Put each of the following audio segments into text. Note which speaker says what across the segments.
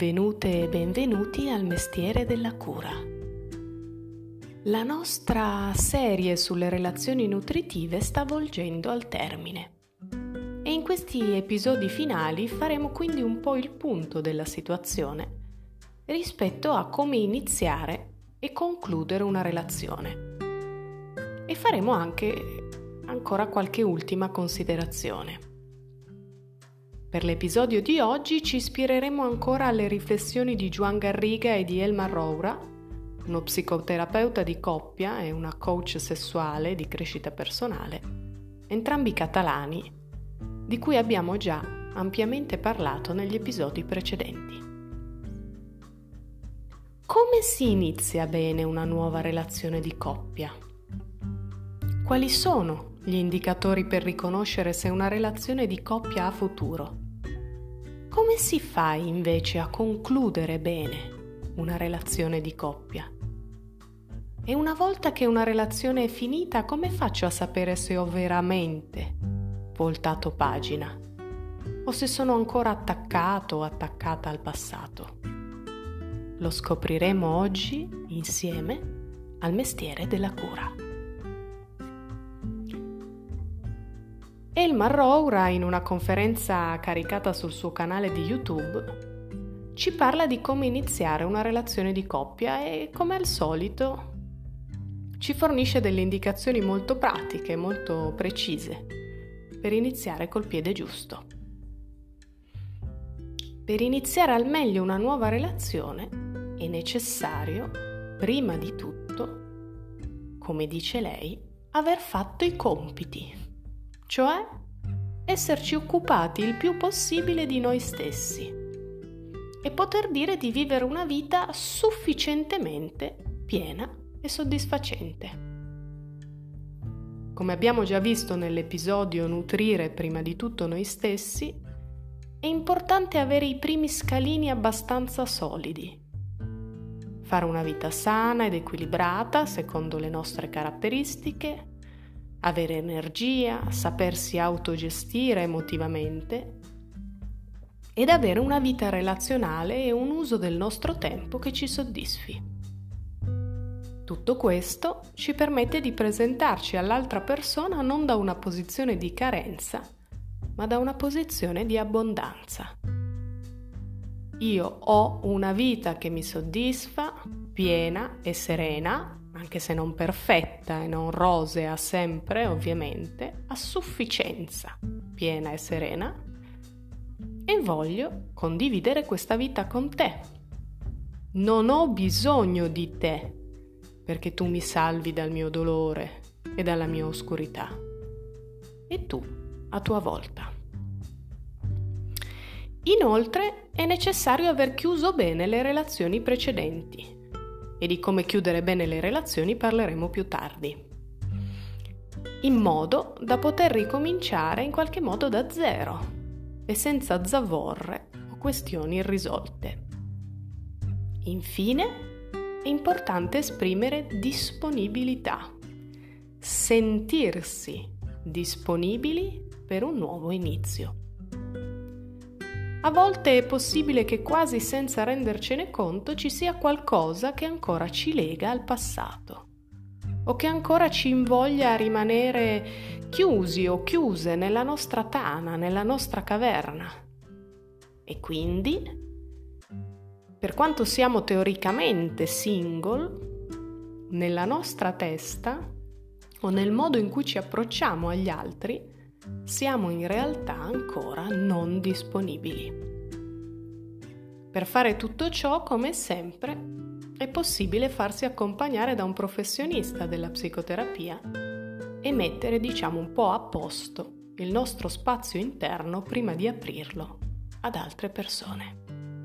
Speaker 1: Benvenute e benvenuti al mestiere della cura. La nostra serie sulle relazioni nutritive sta volgendo al termine e in questi episodi finali faremo quindi un po' il punto della situazione rispetto a come iniziare e concludere una relazione. E faremo anche ancora qualche ultima considerazione. Per l'episodio di oggi ci ispireremo ancora alle riflessioni di Joan Garriga e di Elmar Roura, uno psicoterapeuta di coppia e una coach sessuale di crescita personale, entrambi catalani, di cui abbiamo già ampiamente parlato negli episodi precedenti. Come si inizia bene una nuova relazione di coppia? Quali sono gli indicatori per riconoscere se una relazione di coppia ha futuro? Come si fa invece a concludere bene una relazione di coppia? E una volta che una relazione è finita, come faccio a sapere se ho veramente voltato pagina o se sono ancora attaccato o attaccata al passato? Lo scopriremo oggi insieme al mestiere della cura. Elmar Roura, in una conferenza caricata sul suo canale di YouTube, ci parla di come iniziare una relazione di coppia e, come al solito, ci fornisce delle indicazioni molto pratiche, molto precise, per iniziare col piede giusto. Per iniziare al meglio una nuova relazione è necessario, prima di tutto, come dice lei, aver fatto i compiti. Cioè esserci occupati il più possibile di noi stessi e poter dire di vivere una vita sufficientemente piena e soddisfacente. Come abbiamo già visto nell'episodio Nutrire prima di tutto noi stessi, è importante avere i primi scalini abbastanza solidi. Fare una vita sana ed equilibrata secondo le nostre caratteristiche, avere energia, sapersi autogestire emotivamente ed avere una vita relazionale e un uso del nostro tempo che ci soddisfi. Tutto questo ci permette di presentarci all'altra persona non da una posizione di carenza, ma da una posizione di abbondanza. Io ho una vita che mi soddisfa, piena e serena, anche se non perfetta e non rosea sempre, ovviamente, a sufficienza, piena e serena, e voglio condividere questa vita con te. Non ho bisogno di te perché tu mi salvi dal mio dolore e dalla mia oscurità, e tu a tua volta. Inoltre è necessario aver chiuso bene le relazioni precedenti. E di come chiudere bene le relazioni parleremo più tardi, in modo da poter ricominciare in qualche modo da zero e senza zavorre o questioni irrisolte. Infine, è importante esprimere disponibilità, sentirsi disponibili per un nuovo inizio. A volte è possibile che quasi senza rendercene conto ci sia qualcosa che ancora ci lega al passato o che ancora ci invoglia a rimanere chiusi o chiuse nella nostra tana, nella nostra caverna. E quindi, per quanto siamo teoricamente single, nella nostra testa o nel modo in cui ci approcciamo agli altri, siamo in realtà ancora non disponibili. Per fare tutto ciò, come sempre, è possibile farsi accompagnare da un professionista della psicoterapia e mettere, un po' a posto il nostro spazio interno prima di aprirlo ad altre persone.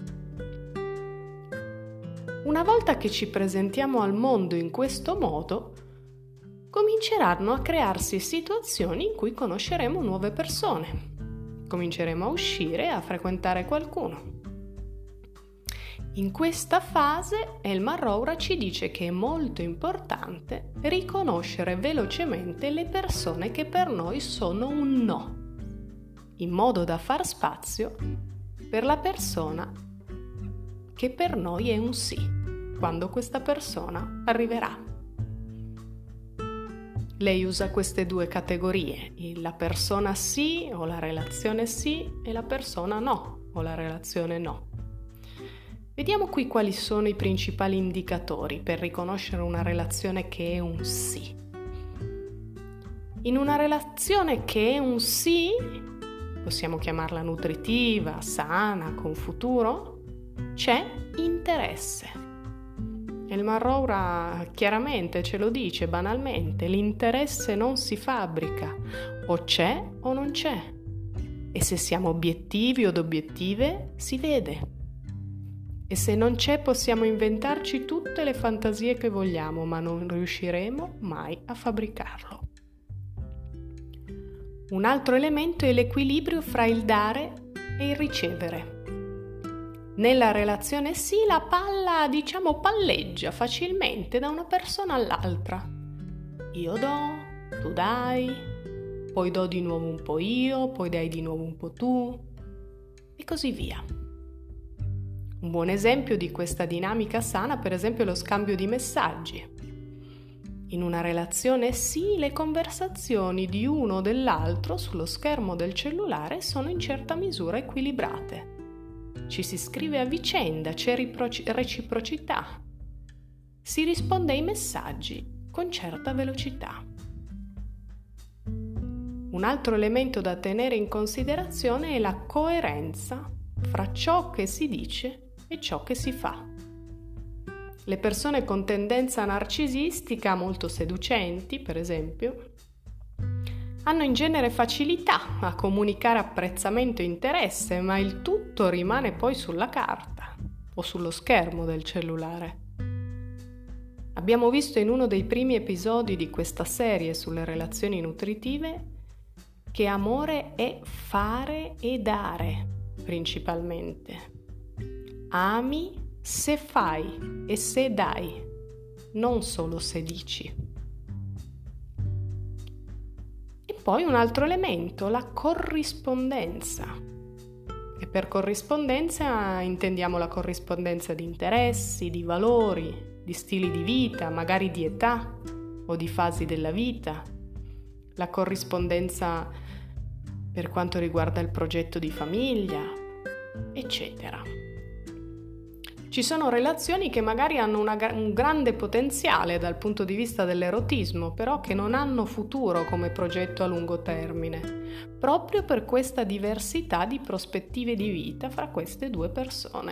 Speaker 1: Una volta che ci presentiamo al mondo in questo modo, cominceranno a crearsi situazioni in cui conosceremo nuove persone. Cominceremo a uscire e a frequentare qualcuno. In questa fase Elmar Roura ci dice che è molto importante riconoscere velocemente le persone che per noi sono un no, in modo da far spazio per la persona che per noi è un sì, quando questa persona arriverà. Lei usa queste due categorie, la persona sì o la relazione sì e la persona no o la relazione no. Vediamo qui quali sono i principali indicatori per riconoscere una relazione che è un sì. In una relazione che è un sì, possiamo chiamarla nutritiva, sana, con futuro, c'è interesse. Il Marroura chiaramente ce lo dice banalmente, l'interesse non si fabbrica, o c'è o non c'è. E se siamo obiettivi o obiettive, si vede. E se non c'è possiamo inventarci tutte le fantasie che vogliamo, ma non riusciremo mai a fabbricarlo. Un altro elemento è l'equilibrio fra il dare e il ricevere. Nella relazione sì, la palla, palleggia facilmente da una persona all'altra. Io do, tu dai, poi do di nuovo un po' io, poi dai di nuovo un po' tu, e così via. Un buon esempio di questa dinamica sana, per esempio, è lo scambio di messaggi. In una relazione sì, le conversazioni di uno o dell'altro sullo schermo del cellulare sono in certa misura equilibrate. Ci si scrive a vicenda, c'è reciprocità. Si risponde ai messaggi con certa velocità. Un altro elemento da tenere in considerazione è la coerenza fra ciò che si dice e ciò che si fa. Le persone con tendenza narcisistica, molto seducenti, per esempio, hanno in genere facilità a comunicare apprezzamento e interesse, ma il tutto rimane poi sulla carta o sullo schermo del cellulare. Abbiamo visto in uno dei primi episodi di questa serie sulle relazioni nutritive che amore è fare e dare, principalmente. Ami se fai e se dai, non solo se dici. Poi un altro elemento, la corrispondenza. E per corrispondenza intendiamo la corrispondenza di interessi, di valori, di stili di vita, magari di età o di fasi della vita. La corrispondenza per quanto riguarda il progetto di famiglia, eccetera. Ci sono relazioni che magari hanno un grande potenziale dal punto di vista dell'erotismo, però che non hanno futuro come progetto a lungo termine, proprio per questa diversità di prospettive di vita fra queste due persone.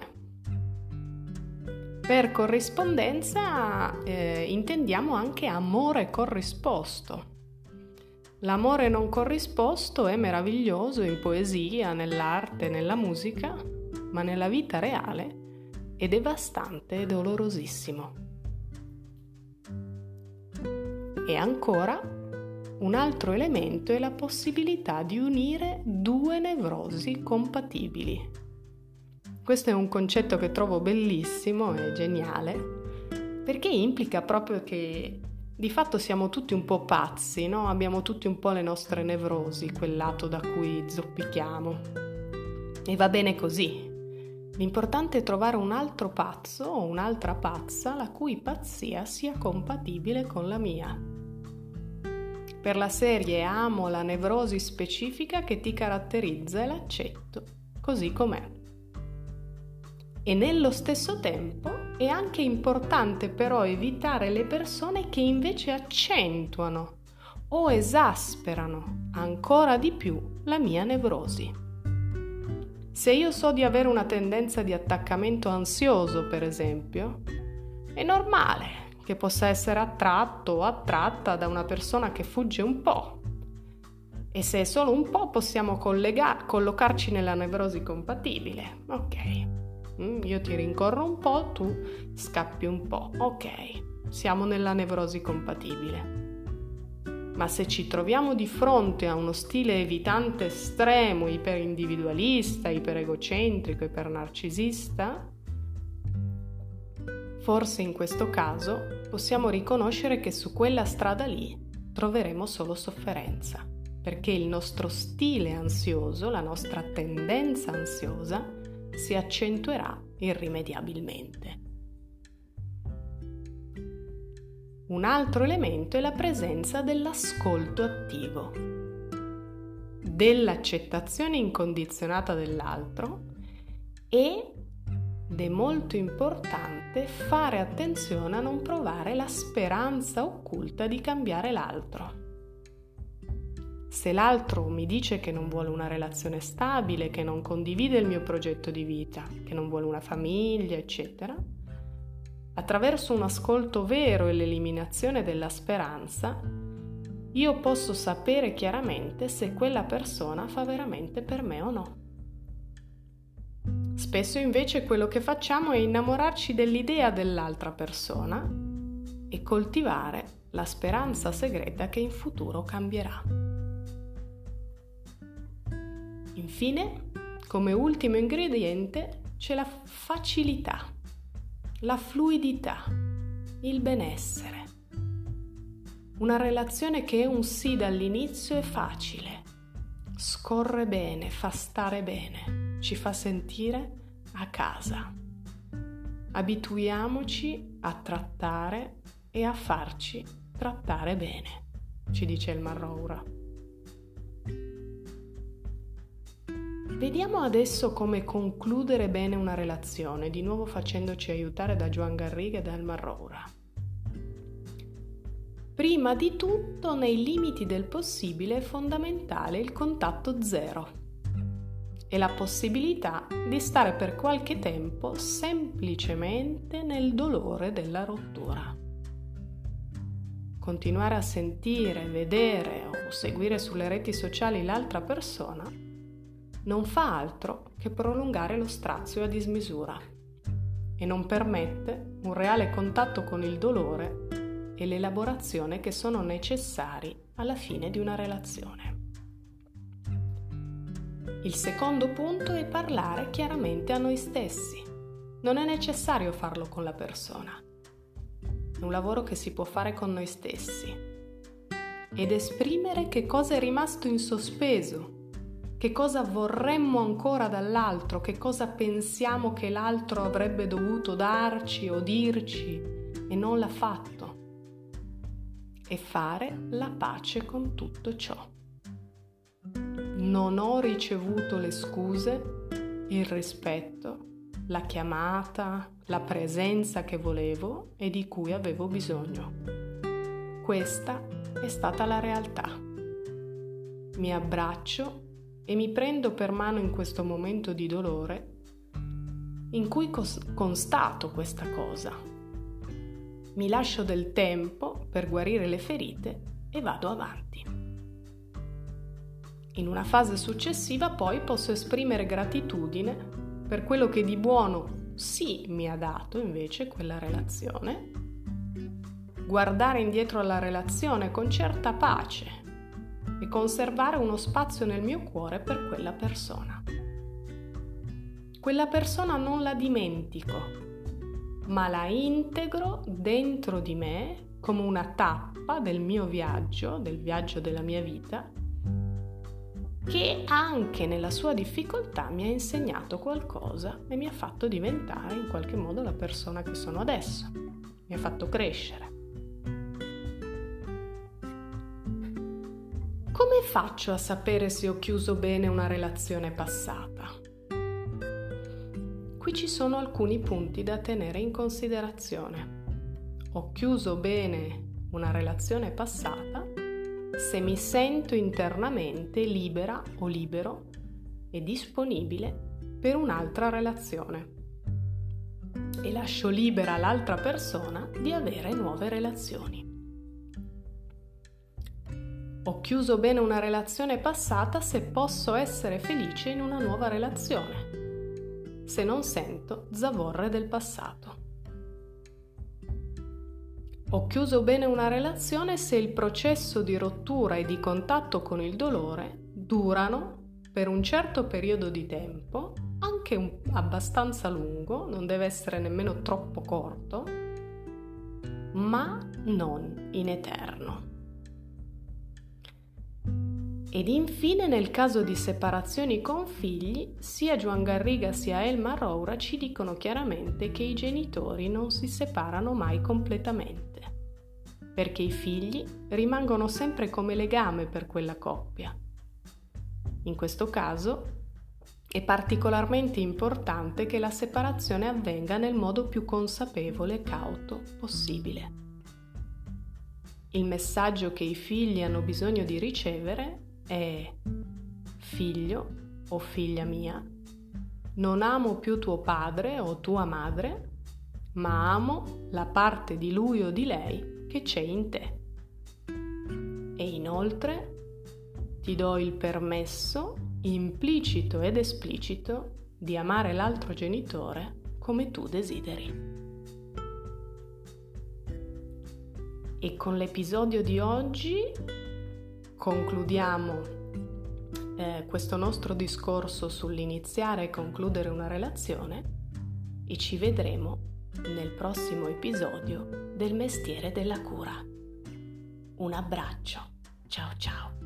Speaker 1: Per corrispondenza intendiamo anche amore corrisposto. L'amore non corrisposto è meraviglioso in poesia, nell'arte, nella musica, ma nella vita reale è devastante e dolorosissimo. E ancora, un altro elemento è la possibilità di unire due nevrosi compatibili. Questo è un concetto che trovo bellissimo e geniale, perché implica proprio che di fatto siamo tutti un po' pazzi, no? Abbiamo tutti un po' le nostre nevrosi, quel lato da cui zoppichiamo. E va bene così. L'importante è trovare un altro pazzo o un'altra pazza la cui pazzia sia compatibile con la mia. Per la serie amo la nevrosi specifica che ti caratterizza e l'accetto così com'è. E nello stesso tempo è anche importante però evitare le persone che invece accentuano o esasperano ancora di più la mia nevrosi. Se io so di avere una tendenza di attaccamento ansioso, per esempio, è normale che possa essere attratto o attratta da una persona che fugge un po'. E se è solo un po' possiamo collocarci nella nevrosi compatibile. Ok, io ti rincorro un po', tu scappi un po'. Ok, siamo nella nevrosi compatibile. Ma se ci troviamo di fronte a uno stile evitante estremo, iperindividualista, iperegocentrico, ipernarcisista, forse in questo caso possiamo riconoscere che su quella strada lì troveremo solo sofferenza, perché il nostro stile ansioso, la nostra tendenza ansiosa, si accentuerà irrimediabilmente. Un altro elemento è la presenza dell'ascolto attivo, dell'accettazione incondizionata dell'altro ed è molto importante fare attenzione a non provare la speranza occulta di cambiare l'altro. Se l'altro mi dice che non vuole una relazione stabile, che non condivide il mio progetto di vita, che non vuole una famiglia, eccetera, attraverso un ascolto vero e l'eliminazione della speranza, io posso sapere chiaramente se quella persona fa veramente per me o no. Spesso invece quello che facciamo è innamorarci dell'idea dell'altra persona e coltivare la speranza segreta che in futuro cambierà. Infine, come ultimo ingrediente, c'è la facilità, la fluidità, il benessere. Una relazione che è un sì dall'inizio è facile, scorre bene, fa stare bene, ci fa sentire a casa. Abituiamoci a trattare e a farci trattare bene, ci dice il Marroura. Vediamo adesso come concludere bene una relazione, di nuovo facendoci aiutare da Joan Garriga e dal Marroura. Prima di tutto, nei limiti del possibile, è fondamentale il contatto zero e la possibilità di stare per qualche tempo semplicemente nel dolore della rottura. Continuare a sentire, vedere o seguire sulle reti sociali l'altra persona non fa altro che prolungare lo strazio a dismisura e non permette un reale contatto con il dolore e l'elaborazione che sono necessari alla fine di una relazione. Il secondo punto è parlare chiaramente a noi stessi. Non è necessario farlo con la persona. È un lavoro che si può fare con noi stessi ed esprimere che cosa è rimasto in sospeso, che cosa vorremmo ancora dall'altro, che cosa pensiamo che l'altro avrebbe dovuto darci o dirci e non l'ha fatto, e fare la pace con tutto ciò. Non ho ricevuto le scuse, il rispetto, la chiamata, la presenza che volevo e di cui avevo bisogno. Questa è stata la realtà. Mi abbraccio e mi prendo per mano in questo momento di dolore in cui constato questa cosa. Mi lascio del tempo per guarire le ferite e vado avanti. In una fase successiva poi posso esprimere gratitudine per quello che di buono sì mi ha dato invece quella relazione, guardare indietro alla relazione con certa pace e conservare uno spazio nel mio cuore per quella persona. Quella persona non la dimentico, ma la integro dentro di me come una tappa del mio viaggio, del viaggio della mia vita, che anche nella sua difficoltà mi ha insegnato qualcosa e mi ha fatto diventare in qualche modo la persona che sono adesso, mi ha fatto crescere. Come faccio a sapere se ho chiuso bene una relazione passata? Qui ci sono alcuni punti da tenere in considerazione. Ho chiuso bene una relazione passata se mi sento internamente libera o libero e disponibile per un'altra relazione e lascio libera l'altra persona di avere nuove relazioni. Ho chiuso bene una relazione passata se posso essere felice in una nuova relazione, se non sento zavorre del passato. Ho chiuso bene una relazione se il processo di rottura e di contatto con il dolore durano per un certo periodo di tempo, anche abbastanza lungo, non deve essere nemmeno troppo corto, ma non in eterno. Ed infine, nel caso di separazioni con figli, sia Joan Garriga sia Elmar Roura ci dicono chiaramente che i genitori non si separano mai completamente, perché i figli rimangono sempre come legame per quella coppia. In questo caso è particolarmente importante che la separazione avvenga nel modo più consapevole e cauto possibile. Il messaggio che i figli hanno bisogno di ricevere è: figlio o figlia mia, non amo più tuo padre o tua madre, ma amo la parte di lui o di lei che c'è in te. E inoltre ti do il permesso, implicito ed esplicito, di amare l'altro genitore come tu desideri. E con l'episodio di oggi concludiamo questo nostro discorso sull'iniziare e concludere una relazione e ci vedremo nel prossimo episodio del mestiere della cura. Un abbraccio, ciao ciao!